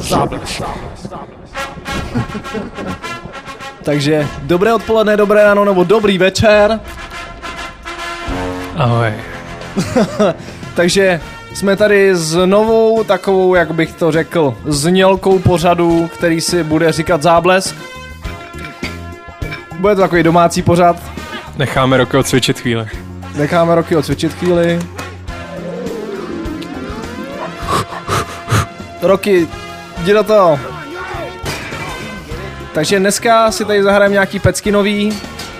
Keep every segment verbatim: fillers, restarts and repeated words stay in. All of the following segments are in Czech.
Záblesk. Takže dobré odpoledne, dobré ráno nebo dobrý večer. Ahoj. Takže jsme tady s novou takovou, jak bych to řekl, znělkou pořadu, který si bude říkat Záblesk. Bude to takový domácí pořad. Necháme Roky odcvičit chvíli. Necháme Roky odcvičit chvíli. Roky, jdi do toho. Takže dneska si tady zahrajeme nějaký pecky nový.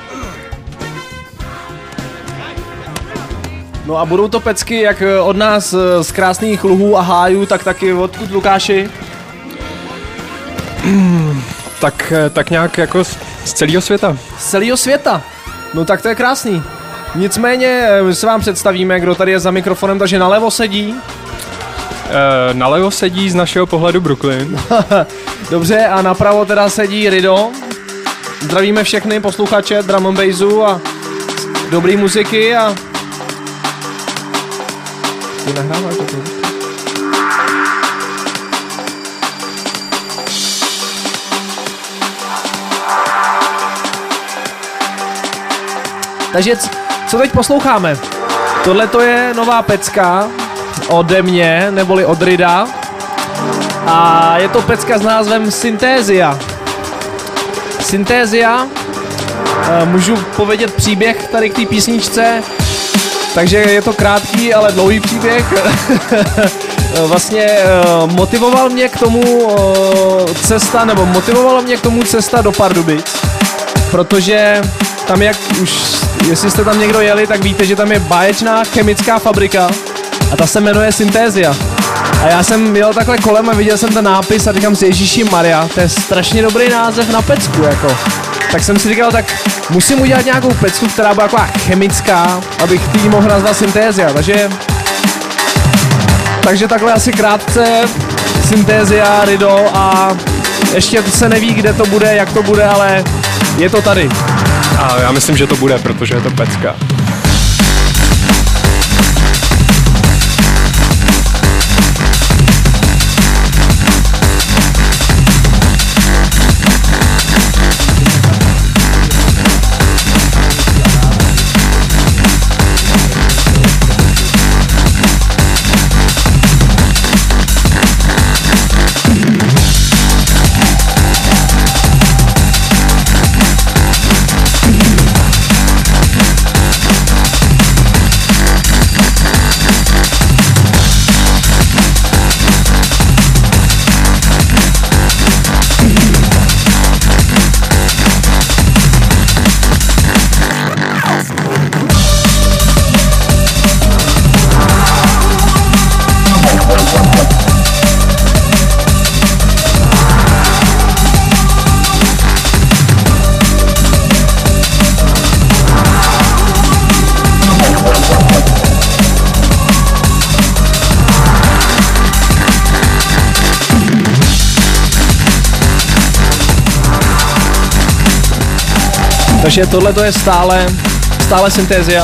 No a budou to pecky jak od nás z krásných luhů a hájů, tak taky odkud, Lukáši? Hmm, tak, tak nějak jako z, z celého světa. Z celého světa? No tak to je krásný. Nicméně se vám představíme, kdo tady je za mikrofonem, takže nalevo sedí. E, nalevo sedí z našeho pohledu Brooklyn. Dobře, a napravo teda sedí Rido. Zdravíme všechny posluchače drum and bassu a dobrý muziky a... Ty nahráváš to? Takže c- co teď posloucháme? Tohle to je nová pecka ode mě, neboli od Rida. A je to pecka s názvem Synthesia. Synthesia, můžu povědět příběh tady k té písničce, takže je to krátký, ale dlouhý příběh. Vlastně motivoval mě k tomu cesta, nebo motivovalo mě k tomu cesta do Pardubic, protože tam, jak už, jestli jste tam někdo jeli, tak víte, že tam je báječná chemická fabrika a ta se jmenuje Synthesia. A já jsem jel takhle kolem a viděl jsem ten nápis a říkám si, Ježíši Maria, to je strašně dobrý název na pecku, jako. Tak jsem si říkal, tak musím udělat nějakou pecku, která byla taková chemická, abych tý mohl nazvat Synthesia, takže... Takže takhle asi krátce, Synthesia, Rido a ještě se neví, kde to bude, jak to bude, ale je to tady. A já myslím, že to bude, protože je to pecka. Takže tohle to je stále, stále Synthesia.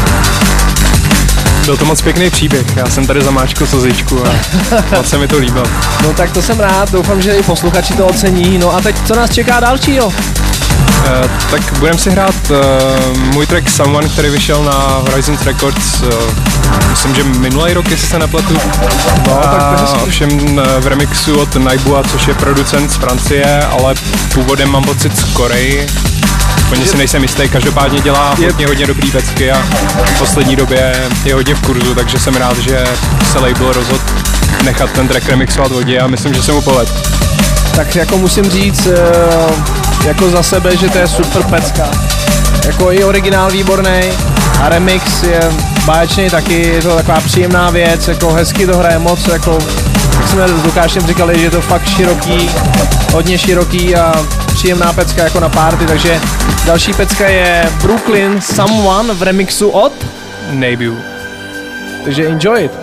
Byl to moc pěkný příběh, já jsem tady zamáčkl slzičku a moc se mi to líbilo. No tak to jsem rád, doufám, že i posluchači to ocení. No a teď co nás čeká dalšího? Uh, tak budeme si hrát uh, můj track Someone, který vyšel na Horizons Records, uh, myslím, že minulý rok, jestli se nepletu. No, a tak to ovšem uh, v remixu od Naibua, což je producent z Francie, ale původem mám pocit z Koreji. Úplně si nejsem jistý, každopádně dělá hodně, hodně dobrý pecky a v poslední době je hodně v kurzu, takže jsem rád, že se label rozhodl nechat ten track remixovat vodě a myslím, že se mu povedl. Tak jako musím říct, jako za sebe, že to je super pecka. Jako i originál výborný a remix je báječný taky, je to taková příjemná věc, jako hezky to hraje moc, jako jak jsme s Lukášem říkali, že je to fakt široký, hodně široký a příjemná pecka jako na party, takže další pecka je Brooklyn Someone v remixu od Naibua. Takže enjoy it.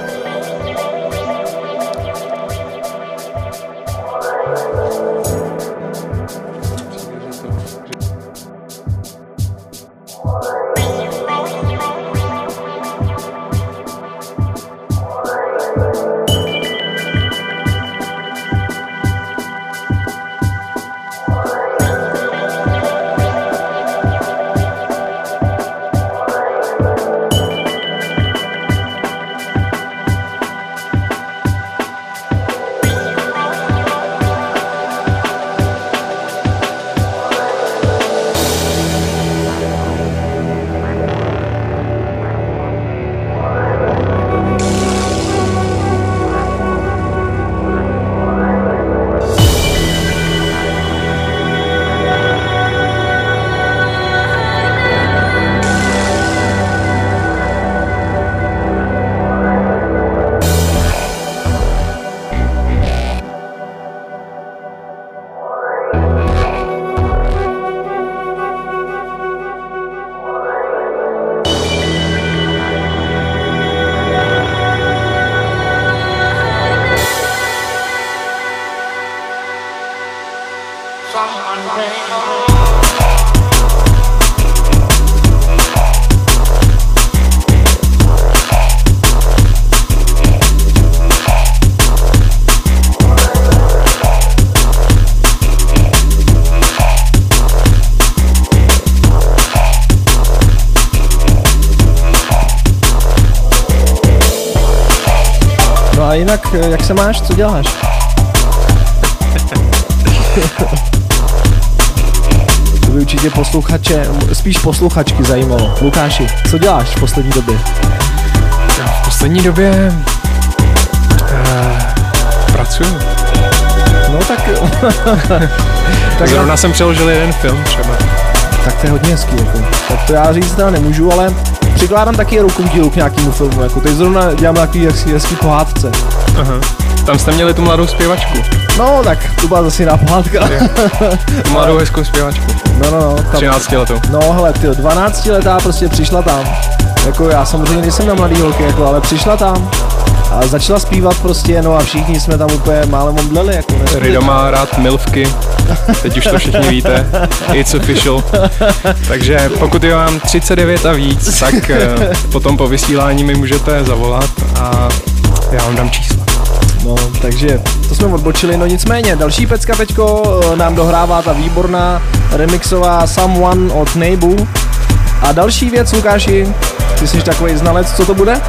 a jinak, jak se máš, co děláš? To by určitě posluchače, spíš posluchačky zajímalo. Lukáši, co děláš v poslední době? V poslední době uh, pracuju. No tak... tak zrovna jsem přeložil jeden film třeba. Tak to je hodně hezký, jako. Tak to já říct teda nemůžu, ale přikládám taky ruku v dílu k nějakému filmu, jako. Teď zrovna dělám takový hezký, hezký pohádce. Aha. Tam jste měli tu mladou zpěvačku. No, tak to byla zase jiná pohádka. Tu mladou hezkou zpěvačku. No, no, no. Tam, třinácti letou. No, hele, ty dvanáctiletá prostě přišla tam. Jako já samozřejmě nejsem na mladý holky, jako, ale přišla tam. A začala zpívat prostě, no a všichni jsme tam úplně málem omdleli, jako. Rido má rád milvky, teď už to všichni víte, it's official. Takže pokud je vám třicet devět a víc, tak potom po vysílání mi můžete zavolat a já vám dám číslo. No, takže to jsme odbočili, no nicméně, další pecka teďko nám dohrává ta výborná remixová Someone od Neibu. A další věc, Lukáši, ty jsi takový znalec, co to bude?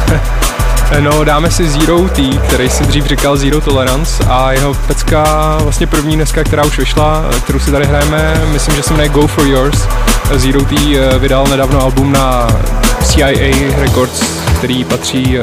No, dáme si Zero T, který si dřív říkal Zero Tolerance a jeho pecka, vlastně první dneska, která už vyšla, kterou si tady hrajeme, myslím, že se jmenuje Go For Yours. Zero T vydal nedávno album na C I A Records, který patří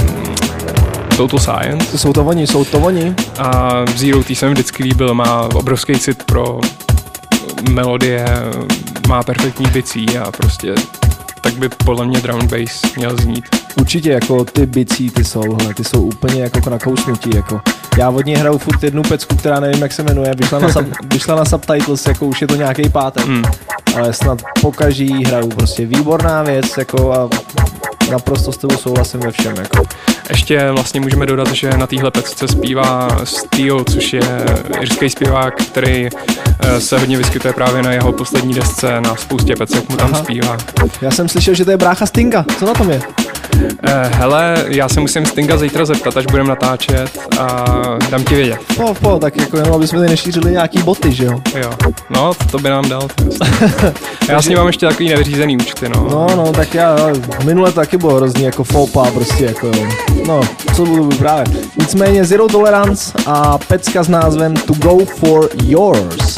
uh, Total Science. Jsou to oni, jsou to oni. A Zero T se mi vždycky líbil, má obrovský cit pro melodie, má perfektní bicí a prostě tak by podle mě drum bass měl znít. Určitě, jako ty bicí, ty jsou, hele, ty jsou úplně jako nakousnutí, jako. Já od něj hraju furt jednu pecku, která nevím, jak se jmenuje, vyšla na, sub, vyšla na subtitles, jako už je to nějaký pátek, mm. ale snad pokaždý hraju, prostě výborná věc, jako a naprosto s tebou souhlasím ve všem, jako. Ještě vlastně můžeme dodat, že na téhle pecce zpívá Steel, což je irský zpěvák, který se hodně vyskytuje právě na jeho poslední desce, na spoustě pecek mu tam Aha. zpívá. Já jsem slyšel, že to je brácha Stinga, co na tom je? Eh, hele, já se musím Stinga zítra zeptat, až budeme natáčet a dám ti vědět. Po, po, tak jako jenom, aby jsme tady nešířili nějaký boty, že jo? Jo, no, to by nám dal. Já s ním mám ještě takový nevyřízený účty, no. No, no, tak já, minule taky bylo hrozně jako foupa, prostě jako jo. No, co budu vyprávět. Nicméně Zero Tolerance a pecka s názvem To Go For Yours.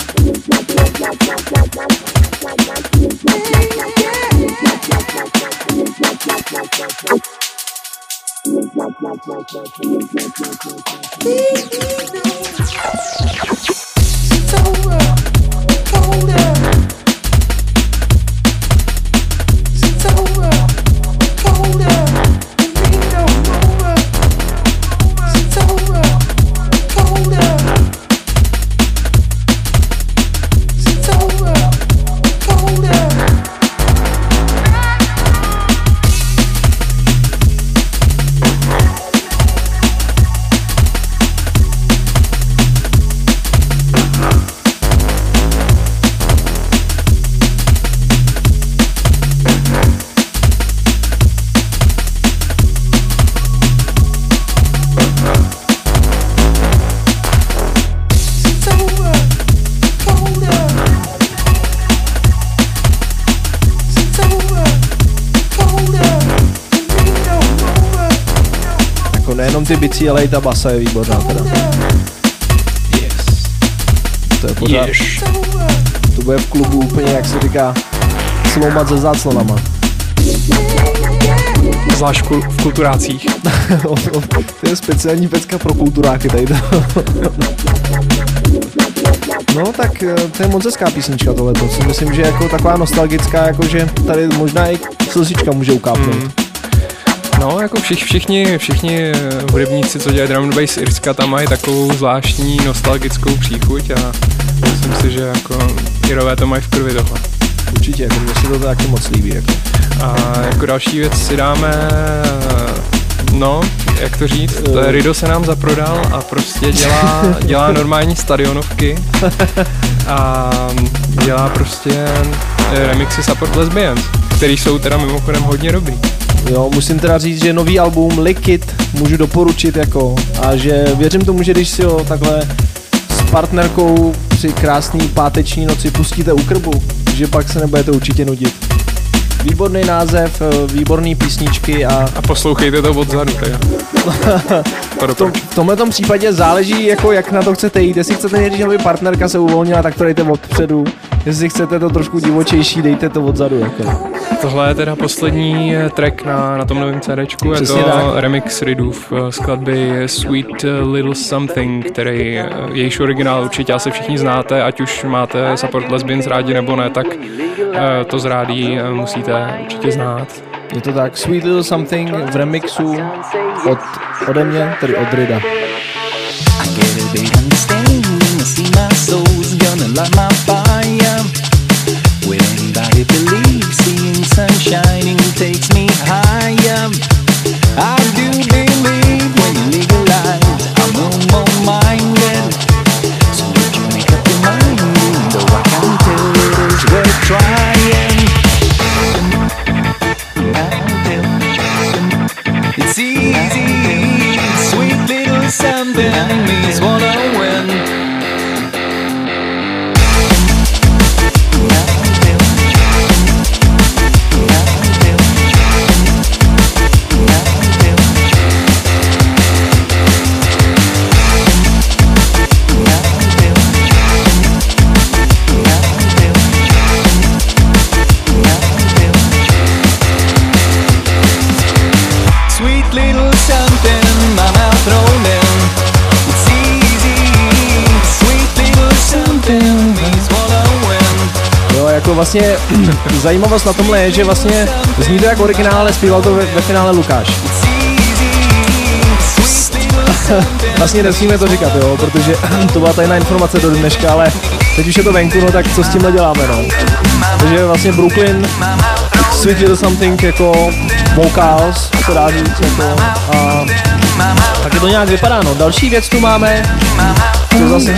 Nejenom ty bicí, ale i ta basa je výborná teda. Yes. To je pořád. Yes. To bude v klubu úplně, jak se říká, sloumat se záclonama. Zvlášť v kulturácích. To je speciální pecka pro kulturáky tady. No tak to je moc hezká písnička tohleto. Si myslím, že jako taková nostalgická, jakože tady možná i slzička může ukápnout. Mm. No, jako všich, všichni, všichni hudebníci, co dělají drum and bass Irska, tam mají takovou zvláštní nostalgickou příchuť a myslím si, že jako Irové to mají v krvi tohle. Určitě, jako mě se to taky moc líbí. Jako. A jako další věc si dáme, no, jak to říct, uh. Rido se nám zaprodal a prostě dělá, dělá normální stadionovky a dělá prostě remixy Support Lesbians, který jsou teda mimochodem hodně dobrý. Jo, musím teda říct, že nový album Liquid můžu doporučit jako a že věřím tomu, že když si ho takhle s partnerkou při krásný páteční noci pustíte u krbu, že pak se nebudete určitě nudit. Výborný název, výborný písničky a... A poslouchejte to odzadu, tak. v, tom, v tomhletom případě záleží, jako jak na to chcete jít. Jestli chcete někdy, aby partnerka se uvolnila, tak to dejte odpředu. Jestli chcete to trošku divočejší, dejte to odzadu. Jako. Tohle je teda poslední track na, na tom novém CDčku. Je to tak. Remix Ridův skladby Sweet Little Something, který jejíž originál určitě asi všichni znáte, ať už máte Support Lesbians rádi nebo ne, tak to z rádí musíte určitě znát. Je to tak, Sweet Little Something v remixu od, ode mě, tedy od Rida. It's easy, sweet little something is what I win. Jako vlastně zajímavost na tomhle je, že vlastně zní to jak originál, ale zpíval to ve, ve finále Lukáš. Vlastně nesmíme to říkat, jo, protože to byla tajná informace do dneška, ale teď už je to venku, no tak co s tímhle děláme, no. Takže vlastně Brooklyn, Sweet Little Something jako vocals, se dá říct, jako, a tak to nějak vypadá, no. Další věc tu máme, to zase...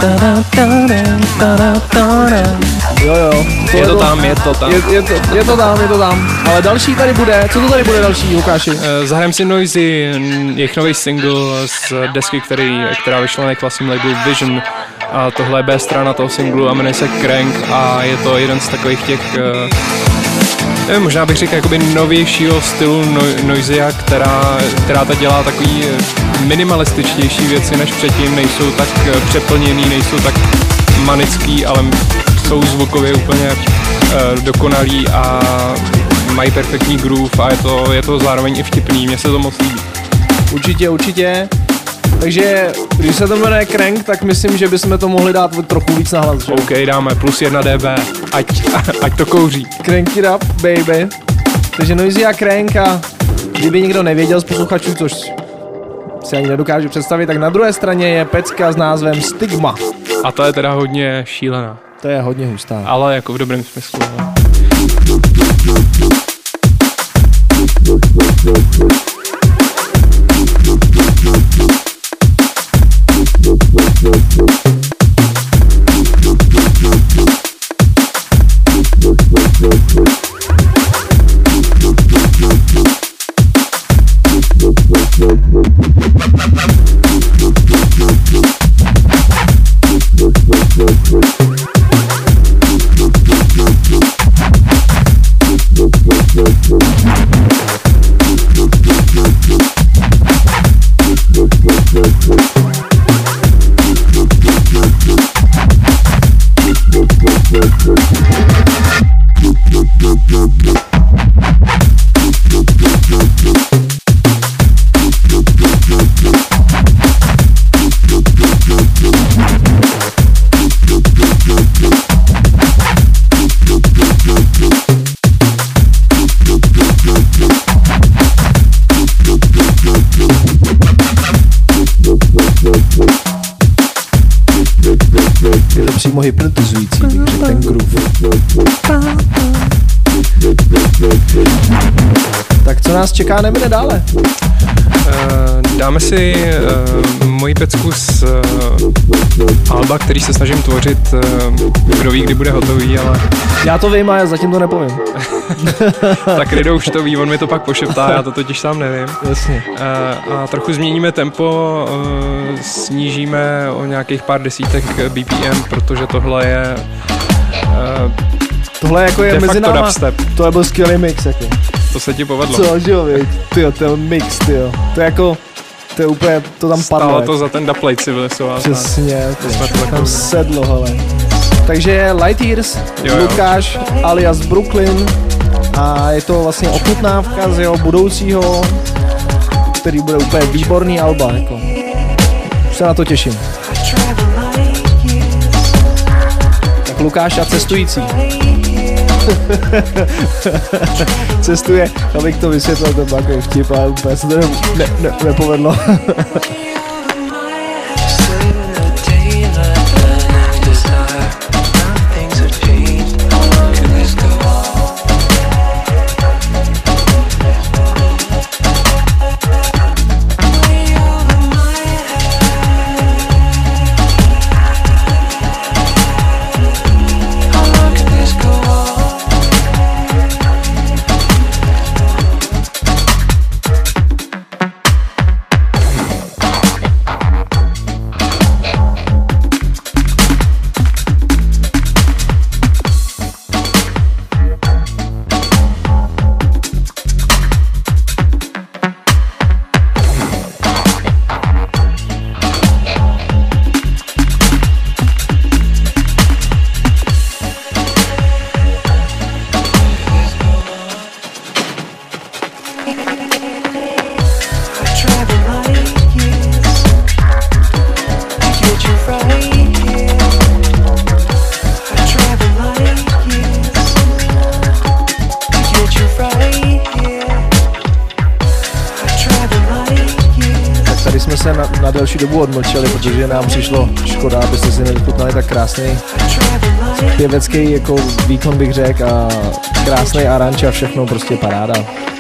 Jo, jo. To je, je to tam, je to tam. Je, je, to, je to tam, je to tam. Ale další tady bude. Co to tady bude další, Lukáši? Uh, Zahrajeme si Noisy, jejich nový single z desky, který, která vyšla na klasním labelu Vision. A tohle je B strana toho singlu a jmenuje se Crank a je to jeden z takových těch... Uh, nevím, možná bych řekl jakoby novějšího stylu no, Noisia, která, která ta dělá takový minimalističtější věci než předtím, nejsou tak přeplněný, nejsou tak manický, ale jsou zvukově úplně uh, dokonalý a mají perfektní groove a je to, je to zároveň i vtipný, mně se to moc líbí. Určitě, určitě. Takže když se to jmenuje Crank, tak myslím, že bychom to mohli dát trochu víc nahlas, že? OK, dáme plus jedna dB, ať, ať to kouří. Crank it up, baby. Takže Noisy a Crank a kdyby někdo nevěděl z posluchačů, což si ani nedokážu představit, tak na druhé straně je pecka s názvem Stigma. A to je teda hodně šílená. To je hodně hustá. Ale jako v dobrém smyslu. Ne? Je to přímo hypnotizující, takže ten groove. Tak co nás čeká, nemine dále? Uh, dáme si uh, moji pecku z uh, alba, který se snažím tvořit, uh, kdo ví, kdy bude hotový, ale... Já to vím a já zatím to nepovím. Tak Rido už to ví, on mi to pak pošeptá, já to totiž sám nevím. Jasně. Uh, a trochu změníme tempo, uh, snížíme o nějakých pár desítek B P M, protože tohle je... Uh, Tohle jako je De mezi facto náma, dubstep. to je byl skvělý mix jako. To se ti povedlo. Co, že jo, viď? Tyjo, ten mix, tyjo. To je jako, to je úplně, to tam padlo. Stálo jako. to za ten dubplate civilizovat. Přesně, jsme to to tam takový. sedlo, hele. Takže Light Years, Jo, jo. Lukáš alias Brooklyn a je to vlastně ochutnávka z jeho budoucího, který bude úplně výborný alba, jako. Už se na to těším. Tak Lukáš a cestující. Cestuje, abych to vysvětlil, to byl takový vtip, ale úplně se to ne, ne, ne, nepovedlo. Na, na delší dobu odmlčeli, protože nám přišlo škoda, abyste si nevychutnali tak krásný pěvecký jako výkon, bych řekl, a krásný aranž a všechno, prostě paráda.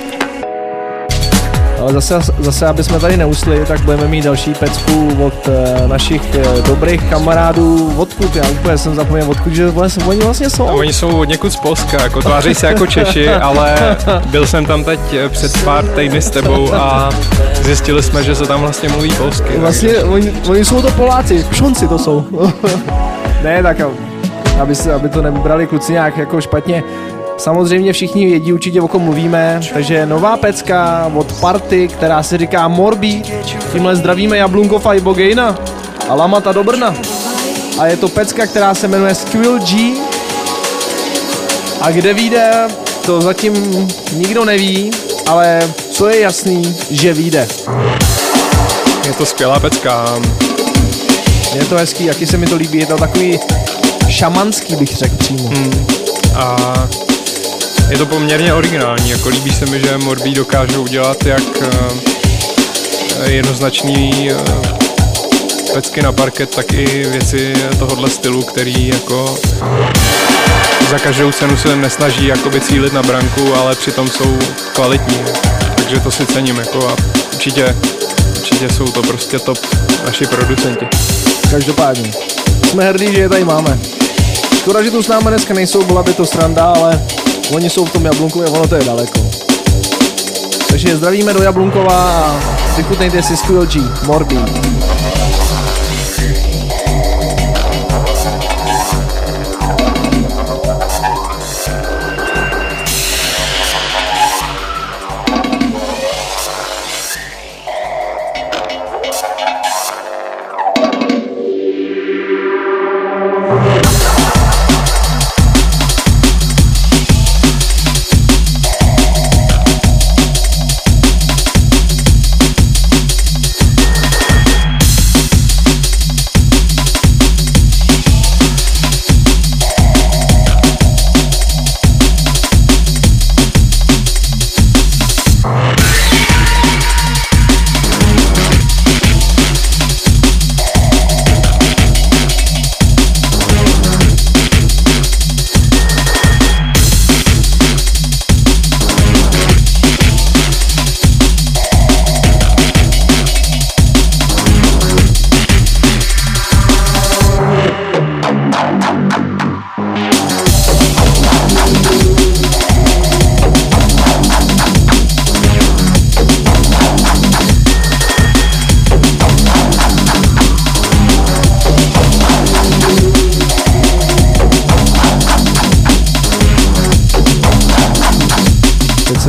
Ale zase, zase, aby jsme tady neusli, tak budeme mít další pecku od uh, našich uh, dobrých kamarádů. Odkud? Já úplně jsem zapomněl, odkud, že oni vlastně jsou. A oni jsou od někud z Polska, jako tváří se jako Češi, ale byl jsem tam teď před pár týdny s tebou a zjistili jsme, že se tam vlastně mluví polsky. Vlastně takže... oni, oni jsou to Poláci, Pšonci to jsou. Ne, tak aby, se, aby to nebrali kluci nějak jako špatně. Samozřejmě všichni vědí určitě, o kom mluvíme, takže nová pecka od Party, která se říká Morbid. Tímhle zdravíme Jablunkov a Ibogejna a Lamata do Brna. A je to pecka, která se jmenuje Squill G. A kde vyjde, to zatím nikdo neví, ale co je jasný, že vyjde. Je to skvělá pecka. Je to hezký, jaký se mi to líbí, je to takový šamanský, bych řekl přímo. Hmm. A je to poměrně originální, jako líbí se mi, že Morbid dokážou udělat jak uh, jednoznačný uh, pecky na parket, tak i věci tohohle stylu, který jako za každou cenu se nesnaží jakoby cílit na branku, ale přitom jsou kvalitní, takže to si cením, jako a určitě, určitě jsou to prostě top naši producenti. Každopádně, jsme hrdí, že je tady máme. Škoda, že tu s námi dneska nejsou, byla by to sranda, ale oni jsou v tom Jablunkově, ono to je daleko. Takže zdravíme do Jablunkova a vychutnejte si Squill G, Morbid.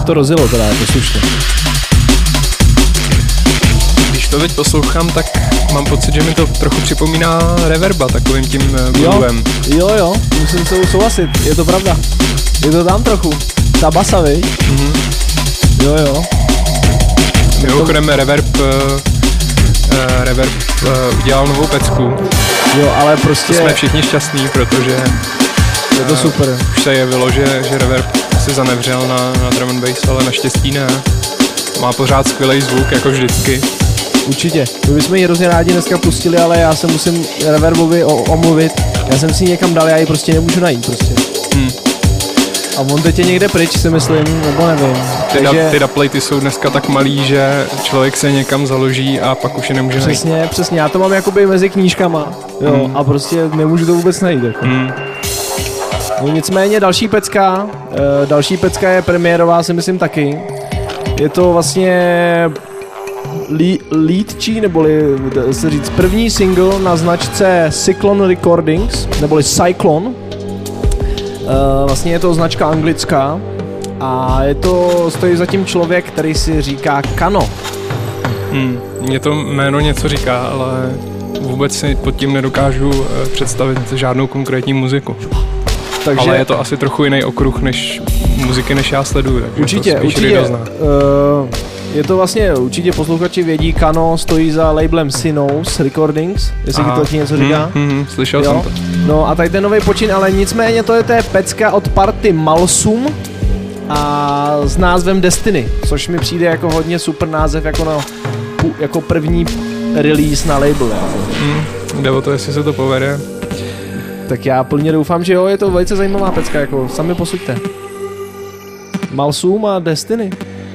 to rozjelo teda, jako slušně. Když to teď poslouchám, tak mám pocit, že mi to trochu připomíná Reverba takovým tím groovem. Jo, jo, jo, musím se souhlasit, je to pravda. Je to tam trochu, ta basa, viď? Mm-hmm. Jo, jo. Mimochodem to... Reverb, uh, uh, Reverb uh, udělal novou pecku. Jo, ale prostě... To jsme všichni šťastní, protože... Je to uh, super. Už se jevilo, že, že Reverb se zanevřel na, na drum and bass, ale naštěstí ne. Má pořád skvělý zvuk, jako vždycky. Určitě. My bychom ji hrozně rádi dneska pustili, ale já se musím Reverbovi omluvit. Já jsem si ji někam dal, já ji prostě nemůžu najít prostě. Hmm. A on teď je někde pryč, si myslím, nebo nevím. Ty, Takže... da, ty dubplaty jsou dneska tak malý, že člověk se někam založí a pak už je nemůže najít. Přesně, přesně. Já to mám jakoby mezi knížkama, jo, hmm. a prostě nemůžu to vůbec najít. Jako. Hmm. No nicméně další pecka, e, další pecka je premiérová, si myslím taky. Je to vlastně leadčí, neboli se říct první single na značce Cyclone Recordings, neboli Cyclone. Uh, vlastně je to značka anglická a je to, stojí za tím člověk, který si říká Kano. Hmm, mně to jméno něco říká, ale vůbec si pod tím nedokážu uh, představit žádnou konkrétní muziku. Takže, ale je to asi trochu jiný okruh než muziky, než já sleduju. Určitě, určitě. Uh, je to vlastně, určitě posluchači vědí, Kano stojí za labelem Sinous Recordings, jestli ti to něco říká. Hmm, hmm, slyšel jo? jsem to. No a tady ten nový počin, ale nicméně to je té pecka od party Malsum a s názvem Destiny, což mi přijde jako hodně super název, jako, na, jako první release na label. Hmm, jde o to, jestli se to povede. Tak já plně doufám, že jo, je to velice zajímavá pecka, jako sami posuďte. Malsum a Destiny.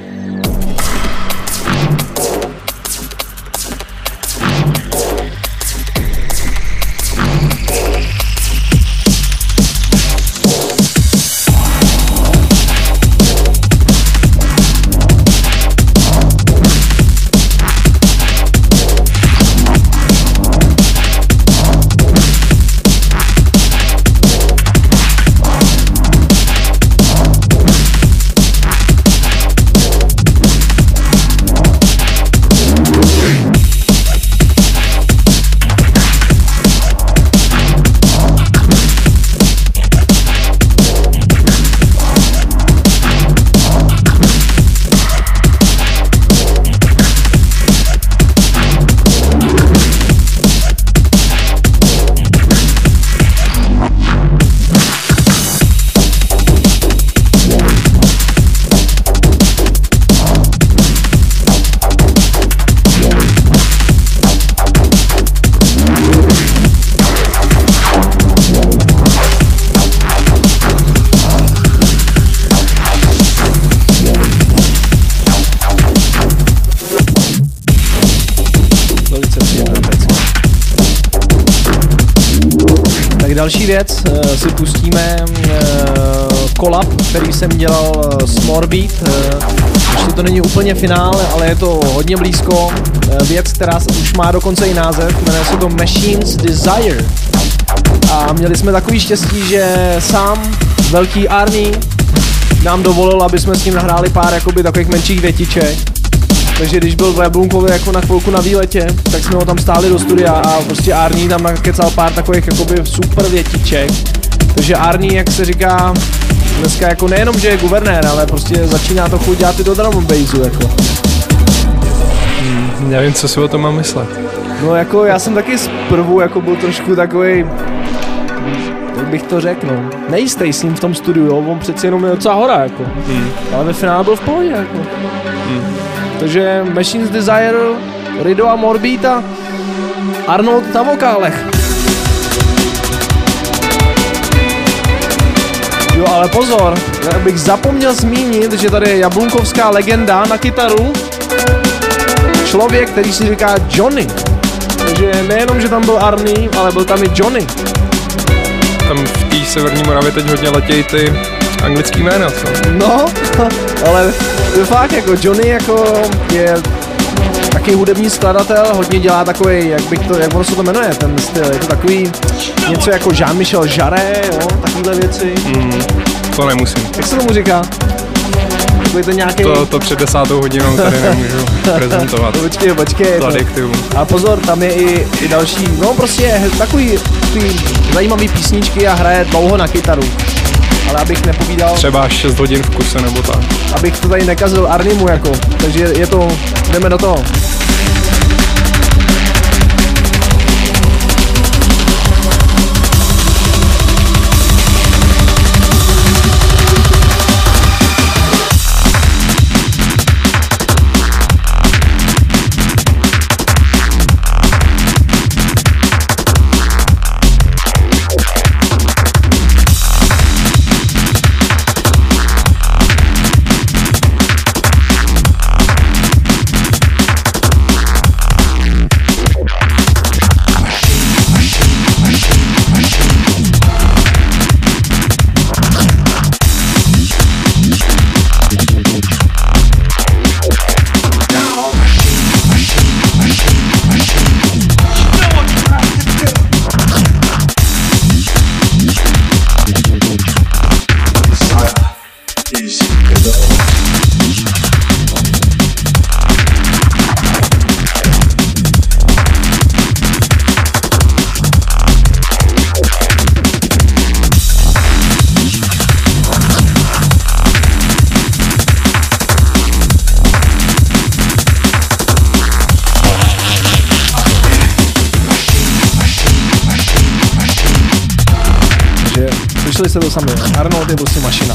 Další věc, uh, si pustíme uh, collab, který jsem dělal uh, s Morbid. Uh, ještě to není úplně finále, ale je to hodně blízko. Uh, věc, která už má dokonce i název, jmenuje se to Machines Desire. A měli jsme takový štěstí, že sám velký Arnie nám dovolil, aby jsme s ním nahráli pár jakoby takových menších větiček. Takže když byl v Jablunkově jako na chvilku na výletě, tak jsme ho tam stáli do studia a prostě Arnie tam nakecal pár takových jakoby super větiček. Takže Arnie, jak se říká, dneska jako nejenom, že je guvernér, ale prostě začíná to chuť dělat i do drum and bassu jako. Hmm, nevím, co si o tom mám myslet. No jako já jsem taky zprvu jako byl trošku takovej, jak bych to řekl, no, nejistý s ním v tom studiu, jo, on přeci jenom je docela hora jako. Hmm. Ale ve finále byl v pohodě jako. Hmm. Takže Machines Desire, Rido a Morbid a Arnold na vokálech. Jo, ale pozor, já bych zapomněl zmínit, že tady je jablunkovská legenda na kytaru. Člověk, který si říká Johnny. Takže nejenom, že tam byl Arnie, ale byl tam i Johnny. Tam v té severní Moravě teď hodně letějí ty anglický jména, co? No, ale fakt jako Johnny jako je taky hudební skladatel, hodně dělá takový, jak bych to, jak ono se to jmenuje, ten styl, je to takový něco jako Jean-Michel Jarre, jo, takovýhle věci. Mm, to nemusím. Jak se tomu říká? takový to nějaký... To, to před desátou hodinou tady nemůžu prezentovat. Počkej, počkej. To adjektivu. A pozor, tam je i, i další, no prostě takový, takový zajímavý písničky a hraje dlouho na kytaru. Ale abych nepovídal... Třeba šest hodin v kuse nebo tak. Abych to tady nekazil Arnimu jako, takže je to, jdeme do toho. Slyšeli jste to sami, Arnold je prostě mašina.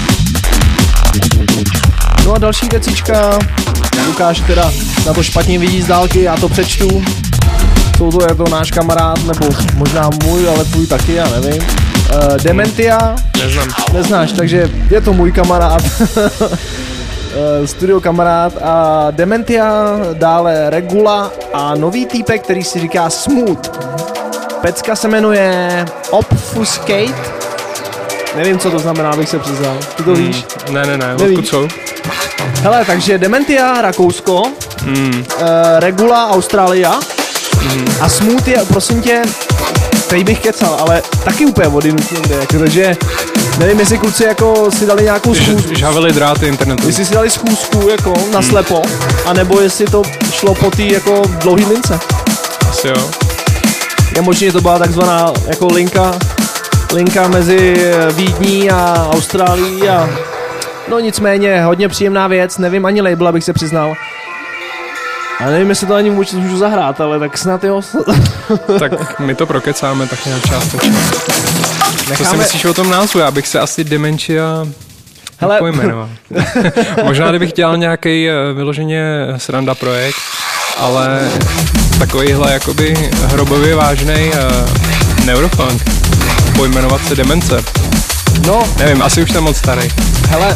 No a další věcička, Lukáš teda na to špatně vidí z dálky, já to přečtu. Jsou to, je to náš kamarád, nebo možná můj, ale tvůj taky, já nevím. Uh, Dementia. Neznám. Neznáš, takže je to můj kamarád. Studio kamarád a Dementia, dále Regula a nový týpek, který si říká Smooth. Pecka se jmenuje Obfuscate. Nevím, co to znamená, abych se přiznal. Ty to víš? Mm, ne, ne, ne, odkud jsou? Hele, takže Dementia, Rakousko, mm. uh, Regula, Austrália mm. a Smooth je, prosím tě, teď bych kecal, ale taky úplně vody nutně jde, jako, takže nevím, jestli kluci jako si dali nějakou schůzku. Žhavili dráty internetu. Jestli si dali schůzku jako na slepo, mm. anebo jestli to šlo po té jako dlouhý lince. Asi jo. Je možné, že to byla takzvaná jako linka, linka mezi Vídní a Austrálií a no nicméně hodně příjemná věc, nevím ani label, abych se přiznal. A nevím, jestli to ani můžu, můžu zahrát, ale tak snad jo. Tak my to prokecáme tak nějak částečně. Co si myslíš o tom názvu? Já bych se asi Dementia pojmenoval. Možná kdybych dělal nějaký vyloženě sranda projekt, ale takovýhle jakoby hrobově vážnej uh, neurofunk. Pojmenovat se Demence. No. Nevím, asi už jsem moc starý. Hele,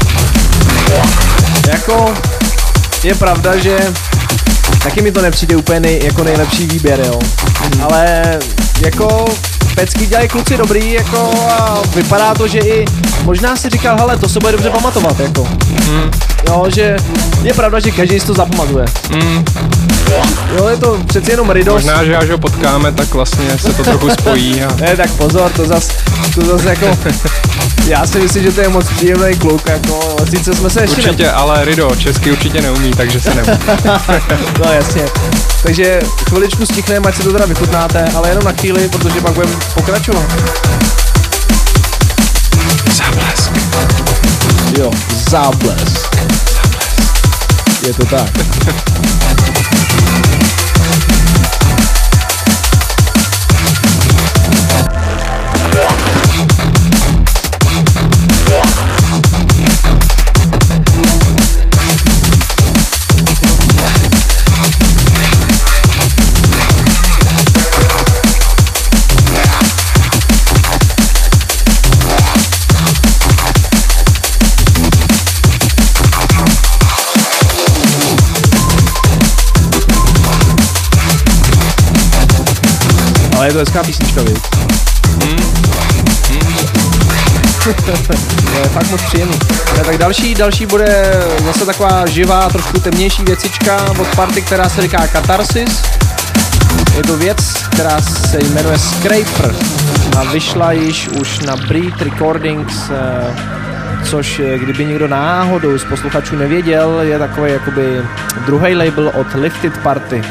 jako je pravda, že taky mi to nepřijde úplně nej, jako nejlepší výběr, jo. Mm. Ale jako pecky dělají kluci dobrý, jako a vypadá to, že i možná si říkal, hele, to se bude dobře pamatovat, jako. Mm. Jo, že je pravda, že každý si to zapamatuje. Mm. Jo, je to přeci jenom Ridos. Možná, že až ho potkáme, tak vlastně se to trochu spojí. A... Ne, tak pozor, to zas, to zas jako, já si myslím, že to je moc příjemný kluk, jako, sice jsme se ještě... Určitě, ne... ale Rido česky určitě neumí, takže se neumí. No jasně, takže chviličku stichneme, ať si to teda vychutnáte, ale jenom na chvíli, protože pak budeme pokračovat. Záblesk. Jo, záblesk. Je to tak. Ale je to hezká písnička, víc. Mm. Mm. Je fakt moc příjemný. Tak další, další bude zase taková živá, trošku temnější věcička od party, která se říká Catharsis. Je to věc, která se jmenuje Scraper a vyšla již už na Breed Recordings což kdyby někdo náhodou z posluchačů nevěděl, je takový jakoby druhý label od Lifted Party.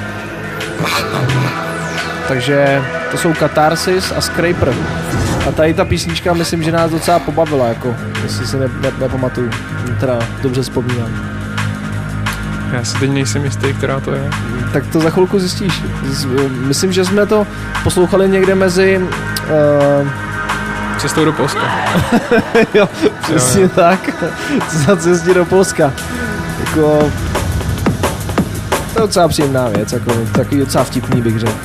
Takže to jsou Catharsis a Scraper. A tady ta písnička, myslím, že nás docela pobavila, jako, jestli si ne, ne, nepamatuju, teda dobře vzpomínám. Já si teď nejsem jistý, která to je. Tak to za chvilku zjistíš. Myslím, že jsme to poslouchali někde mezi... Uh... Cestou do Polska. Jo, přesně jo, jo. Tak. Za cestě do Polska. Jako... To je docela příjemná věc, jako takový docela vtipný, bych řekl.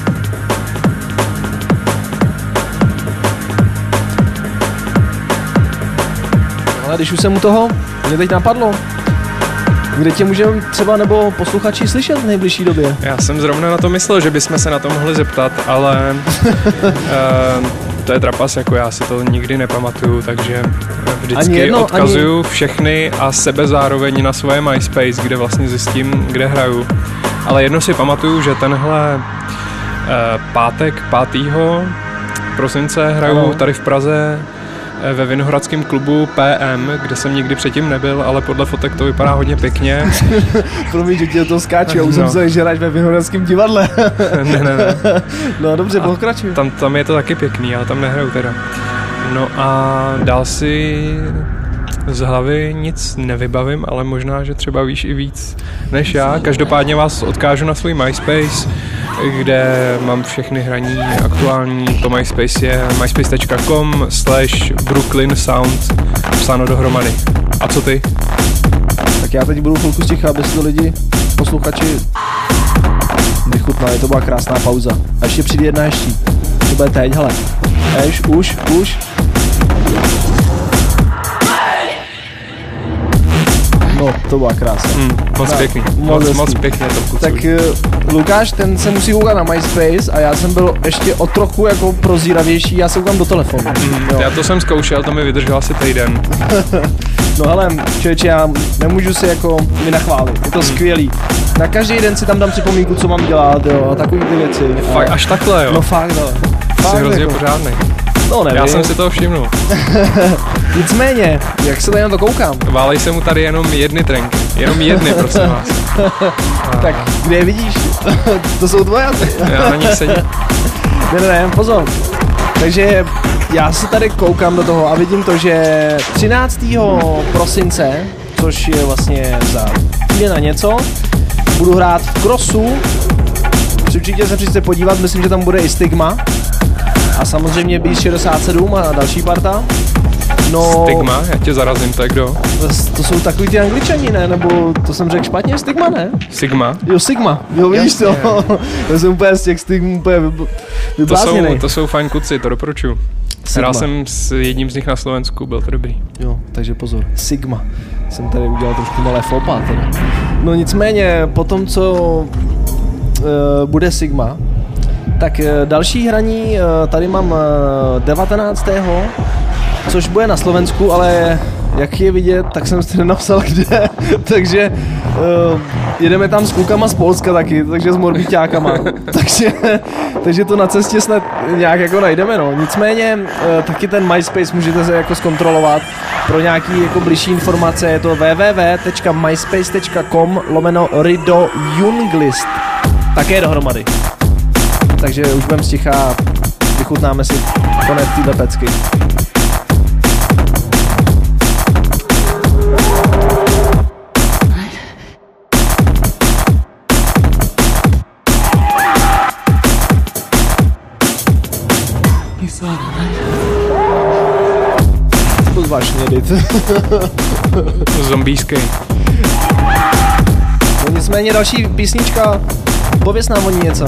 Ale když už jsem u toho, mě teď napadlo, kde tě můžeme třeba nebo posluchači slyšet v nejbližší době? Já jsem zrovna na to myslel, že bychom se na to mohli zeptat, ale uh, to je trapas, jako já si to nikdy nepamatuju, takže vždycky jedno, odkazuju ani... všechny a sebe zároveň na svoje MySpace, kde vlastně zjistím, kde hraju. Ale jedno si pamatuju, že tenhle uh, pátek pátého prosince hraju ano. tady v Praze ve Vinohradském klubu P M, kde jsem nikdy předtím nebyl, ale podle fotek to vypadá hodně pěkně. Promiň, že ti do toho skáču, já už jsem se, že hraješ ve Vinohradském divadle. ne, ne, ne. No dobře, pokračuj. Tam, tam je to taky pěkný, ale tam nehraju teda. No a dál si z hlavy nic nevybavím, ale možná, že třeba víš i víc než já. Každopádně vás odkážu na svůj MySpace, kde mám všechny hraní aktuální. To MySpace je myspace.com slash Brooklyn Sound psáno dohromady. A co ty? Tak já teď budu chvilku sticha, aby si to lidi, posluchači vychutnali. To byla krásná pauza. A ještě přijde jedna ještě. To bude teď, hele. Eš, už, už. No, to byla krásná. Mm, moc no, pěkný, moc, moc, moc pěkně to kucuji. Tak uh, Lukáš, ten se musí koukat na MySpace a já jsem byl ještě o trochu jako prozíravější, já se koukám do telefonu. Mm, já to jsem zkoušel, to mi vydrželo asi týden. No hele, člověče, já nemůžu si jako mi nachválit, je to mm. skvělý. Na každý den si tam dám připomínku, co mám dělat, jo, a takový ty věci. Fakt, až takhle, jo? No fakt, no. Jsi hrozně jako pořádnej. No nevím. Já jsem si toho všimnul. Nicméně, jak se tady na to koukám? Válej se mu tady jenom jedny trenky. Jenom jedny, prosím vás. A... Tak, kde je vidíš? To jsou tvoje asi. Já na nich sedím. Ne, ne, ne, pozor. Takže já se tady koukám do toho a vidím to, že třináctého prosince, což je vlastně za týden na něco, budu hrát v Crossu. Určitě se přijďte podívat, myslím, že tam bude i Stigma. A samozřejmě Beast šedesát sedm a další parta. No, Stigma, já tě zarazím, to je kdo? To, to jsou takový ty Angličani, ne? Nebo to jsem řekl špatně? Stigma, ne? Sigma? Jo, Sigma. Jo, vidíš to? Já jsem úplně z těch Stigm úplně vyblázněnej. To jsou, to jsou fajn kluci, to doporučuju. Hrál jsem s jedním z nich na Slovensku, byl to dobrý. Jo, takže pozor. Sigma. Jsem tady udělal trošku malé faux pas teda. No nicméně, po tom, co uh, bude Sigma, tak další hraní tady mám devatenáctého což bude na Slovensku, ale jak je vidět, tak jsem si nenapsal kde, takže uh, jedeme tam s klukama z Polska taky, takže s morbiťákama, takže, takže to na cestě snad nějak jako najdeme, no. Nicméně uh, taky ten MySpace můžete se jako zkontrolovat, pro nějaký jako bližší informace je to www.myspace.com lomeno Rido Junglist, také dohromady. Takže už budeme sticha a vychutnáme si konec téhle pecky. To zvláštně dit. Zombíský. No nicméně další písnička, pověz nám o ní něco.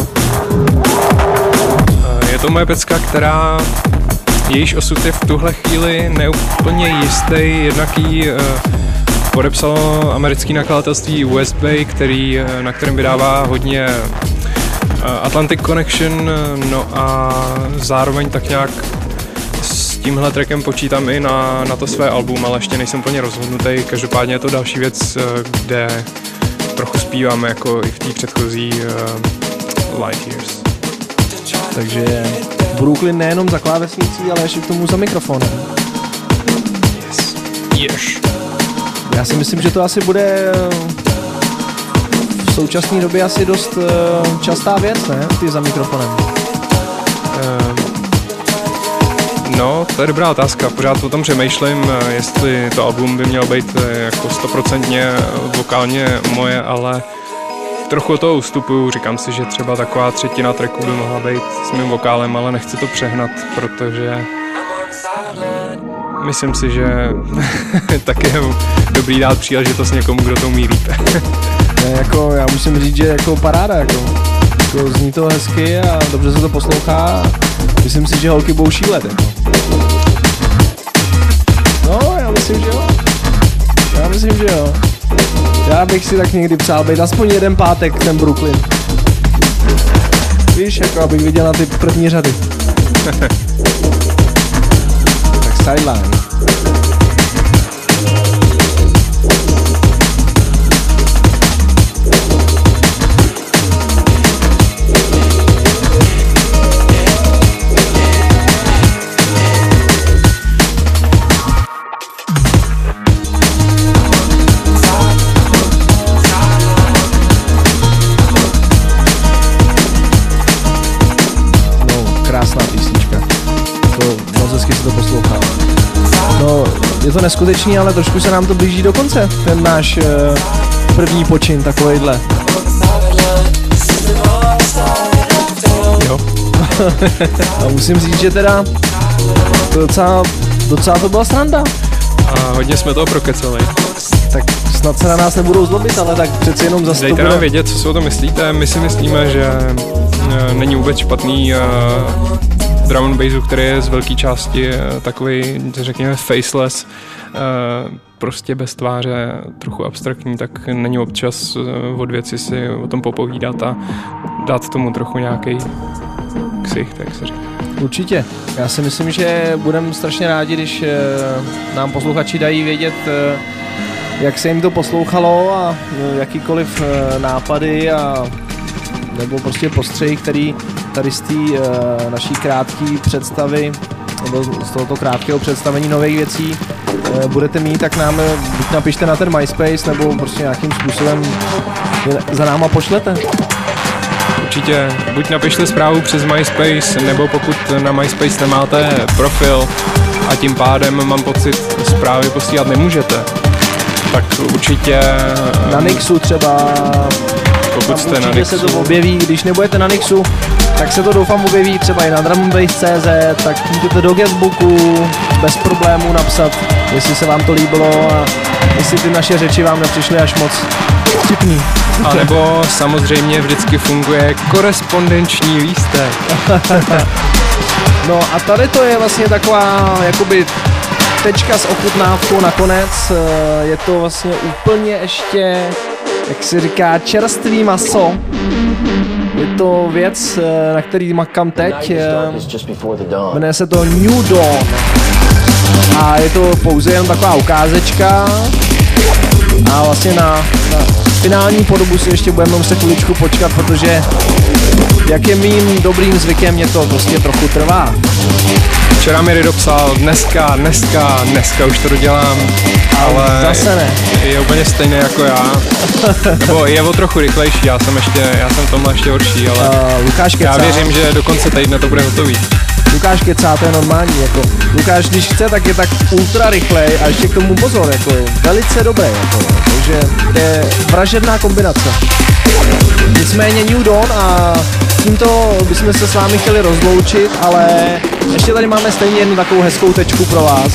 Je to moje pecka, která jejíž osud je v tuhle chvíli neúplně jistý, jednak jí uh, podepsalo americké nakladatelství U S B, který, uh, na kterém vydává hodně uh, Atlantic Connection, no a zároveň tak nějak s tímhle trackem počítám i na, na to své album, ale ještě nejsem plně rozhodnutý. Každopádně je to další věc, uh, kde trochu zpíváme jako i v té předchozí uh, Light Years. Takže Brooklyn nejenom za klávesnicí, ale ještě k tomu za mikrofonem. Yes. Yes. Já si myslím, že to asi bude v současné době asi dost častá věc, ne? Ty za mikrofonem. Um, no, to je dobrá otázka. Pořád o tom přemýšlím, jestli to album by mělo být jako stoprocentně vokálně moje, ale trochu od toho ustupuju. Říkám si, že třeba taková třetina tracku by mohla být s mým vokálem, ale nechci to přehnat, protože myslím si, že tak je dobrý dát příležitost někomu, kdo to umí líp. Ne, jako, já musím říct, že jako paráda, jako, jako zní to hezky a dobře se to poslouchá. Myslím si, že holky budou šílet, jako. No, já myslím, že jo. Já myslím, že jo. Já bych si tak někdy přál být aspoň jeden pátek ten Brooklyn. Víš, jako abych viděl na ty první řady. Tak sideline. Je to neskutečný, ale trošku se nám to blíží do konce, ten náš uh, první počin, takovejhle. Jo. A musím říct, že teda to docela, docela to byla sranda. A hodně jsme toho prokecali. Tak snad se na nás nebudou zlobit, ale tak přeci jenom zase Dejte to bude... nám vědět, co si o tom myslíte. My si myslíme, že uh, není vůbec špatný uh, drum and bassu, který je z velké části uh, takový, řekněme, faceless, uh, prostě bez tváře, trochu abstraktní, tak není občas uh, od věci si o tom popovídat a dát tomu trochu nějaký ksicht, tak se říká. Určitě. Já si myslím, že budeme strašně rádi, když uh, nám posluchači dají vědět, uh, jak se jim to poslouchalo a uh, jakýkoliv uh, nápady a nebo prostě postřehy, který tady z té uh, naší krátké představy nebo z tohoto krátkého představení nových věcí uh, budete mít, tak nám buď napište na ten MySpace nebo prostě nějakým způsobem za náma pošlete. Určitě buď napište zprávu přes MySpace, nebo pokud na MySpace nemáte profil a tím pádem mám pocit zprávy posílat nemůžete, tak určitě na Nixu třeba. Pokud jste na Nixu, se to objeví, když nebudete na Nixu, tak se to doufám objeví třeba i na drum and bass tečka cé zet, tak můžete do guestbooku bez problémů napsat, jestli se vám to líbilo a jestli ty naše řeči vám nepřišly až moc vtipný. A nebo samozřejmě vždycky funguje korespondenční lístek. No a tady to je vlastně taková jakoby tečka s ochutnávkou nakonec. Je to vlastně úplně ještě, jak se říká, čerstvý maso. Je to věc, na který makám teď. Jmenuje se to New Dawn. A je to pouze jen taková ukázečka. A vlastně na, na finální podobu si ještě budeme muset chviličku počkat, protože jak je mým dobrým zvykem, mě to prostě trochu trvá. Včera mi Rido psal, dneska, dneska, dneska už to dodělám, ale zase ne. Je úplně stejný jako já, nebo je o trochu rychlejší, já jsem ještě, já jsem v tomhle ještě horší, ale uh, Lukáš já věřím, že do konce týdne to bude hotový. Lukáš kecá, to je normální, jako Lukáš, když chce, tak je tak ultra rychlej a ještě k tomu pozor, jako velice dobré, jako, takže to je vražedná kombinace. Nicméně New Dawn a tímto bychom se s vámi chtěli rozloučit, ale ještě tady máme stejně jednu takovou hezkou tečku pro vás.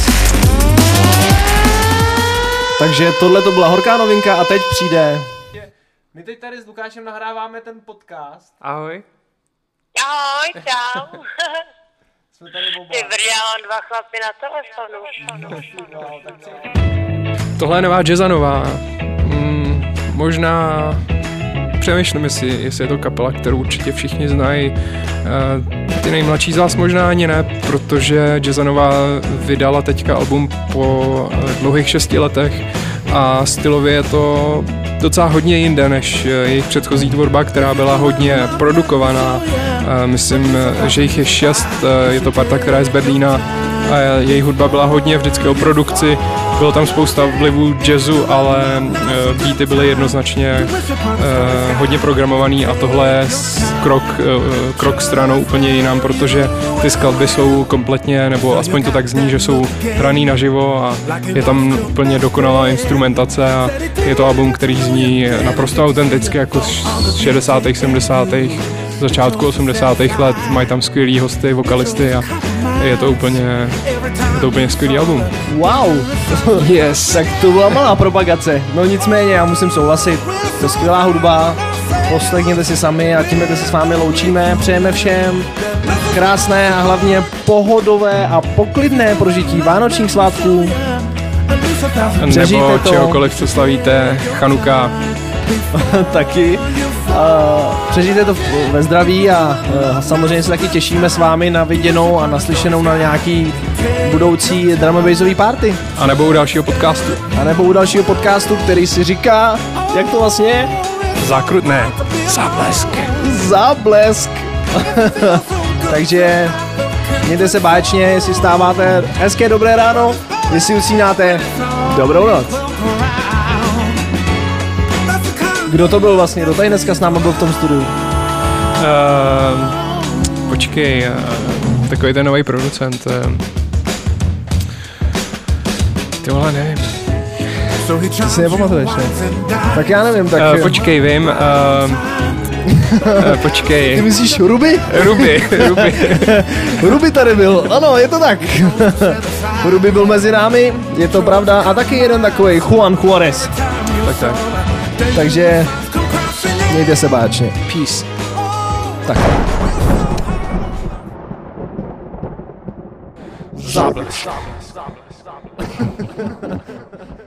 Takže tohle to byla horká novinka a teď přijde. My teď tady s Lukášem nahráváme ten podcast. Ahoj. Ahoj, čau. Jsme tady oba. Ty vrděla dva chlapy na telefonu. Tohle je nová jazzanová. Mm, možná přemýšlím, jestli, jestli je to kapela, kterou určitě všichni znají. E, ty nejmladší z vás možná ani ne, protože Jazzanová vydala teďka album po dlouhých šesti letech a stylově je to docela hodně jinde než jejich předchozí tvorba, která byla hodně produkovaná. E, myslím, že jich je šest, je to parta, která je z Berlína a jejich hudba byla hodně vždycky o produkci Bylo tam spousta vlivů jazzu, ale uh, beaty byly jednoznačně uh, hodně programovaný a tohle je krok, uh, krok stranou úplně jinam, protože ty skladby jsou kompletně, nebo aspoň to tak zní, že jsou hraný naživo a je tam úplně dokonalá instrumentace a je to album, který zní naprosto autenticky jako z šedesátých, sedmdesátých začátku osmdesátých let, mají tam skvělý hosty, vokalisty a je to úplně, je to úplně skvělý album. Wow! Yes. Tak to byla malá propagace. No nicméně, já musím souhlasit. To je skvělá hudba, poslechněte si sami a tímhle se s vámi loučíme. Přejeme všem krásné a hlavně pohodové a poklidné prožití vánočních svátků. Přežijte Nebo to. čehokoliv, co slavíte, Chanuka. Taky. Uh, přežijte to ve zdraví a uh, samozřejmě se taky těšíme s vámi na viděnou a naslyšenou na nějaký budoucí drum and bassový party. A nebo u dalšího podcastu. A nebo u dalšího podcastu, který si říká, jak to vlastně? Zákrut, ne, záblesk. Záblesk. Takže mějte se báječně, jestli stáváte hezké dobré ráno, jestli usínáte dobrou noc. Kdo to byl vlastně? Kdo tady dneska s námi byl v tom studiu? Uh, počkej, uh, takový ten nový producent. Uh, ty vole, nevím. Ty si nepamatuješ, ne? Tak já nevím, tak... Uh, počkej, vím. Uh, uh, počkej. Ty myslíš Ruby? Ruby, Ruby. Ruby tady byl, ano, je to tak. Ruby byl mezi námi, je to pravda. A taky jeden takovej Juan Juarez. Tak tak. Takže mějte se báječně. Peace. Tak. Záblesk.